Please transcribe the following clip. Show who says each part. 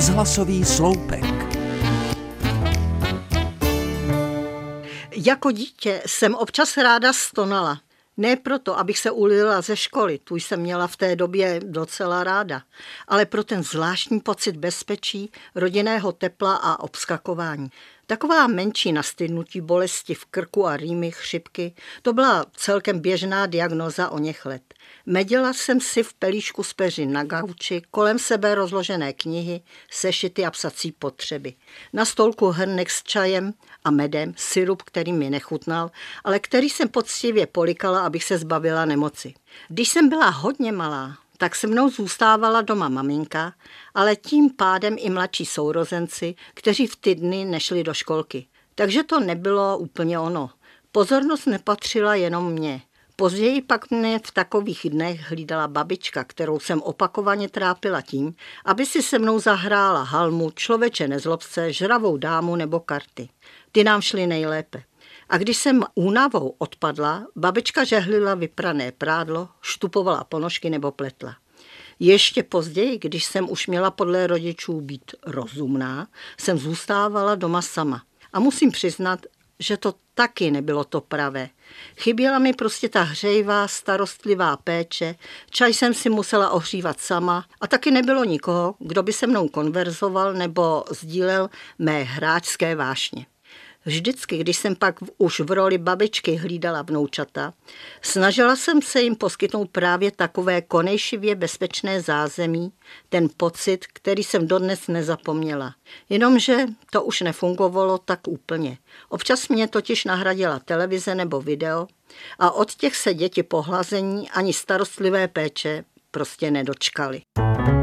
Speaker 1: Rozhlasový sloupek.
Speaker 2: Jako dítě jsem občas ráda stonala. Ne proto, abych se ulila ze školy, tu jsem měla v té době docela ráda, ale pro ten zvláštní pocit bezpečí, rodinného tepla a obskakování. Taková menší nastydnutí, bolesti v krku a rýmy, chřipky, to byla celkem běžná diagnóza oněch let. Meděla jsem si v pelíšku z peřin na gauči, kolem sebe rozložené knihy, sešity a psací potřeby. Na stolku hrnek s čajem a medem, sirup, který mi nechutnal, ale který jsem poctivě polikala, abych se zbavila nemoci. Když jsem byla hodně malá, tak se mnou zůstávala doma maminka, ale tím pádem i mladší sourozenci, kteří v ty dny nešli do školky. Takže to nebylo úplně ono. Pozornost nepatřila jenom mně. Později pak mě v takových dnech hlídala babička, kterou jsem opakovaně trápila tím, aby si se mnou zahrála halmu, člověče nezlob se, žravou dámu nebo karty. Ty nám šly nejlépe. A když jsem únavou odpadla, babička žehlila vyprané prádlo, štupovala ponožky nebo pletla. Ještě později, když jsem už měla podle rodičů být rozumná, jsem zůstávala doma sama. A musím přiznat, že to taky nebylo to pravé. Chyběla mi prostě ta hřejivá, starostlivá péče, čaj jsem si musela ohřívat sama a taky nebylo nikoho, kdo by se mnou konverzoval nebo sdílel mé hráčské vášně. Vždycky, když jsem pak už v roli babičky hlídala vnoučata, snažila jsem se jim poskytnout právě takové konejšivě bezpečné zázemí, ten pocit, který jsem dodnes nezapomněla. Jenomže to už nefungovalo tak úplně. Občas mě totiž nahradila televize nebo video a od těch se děti pohlazení ani starostlivé péče prostě nedočkaly.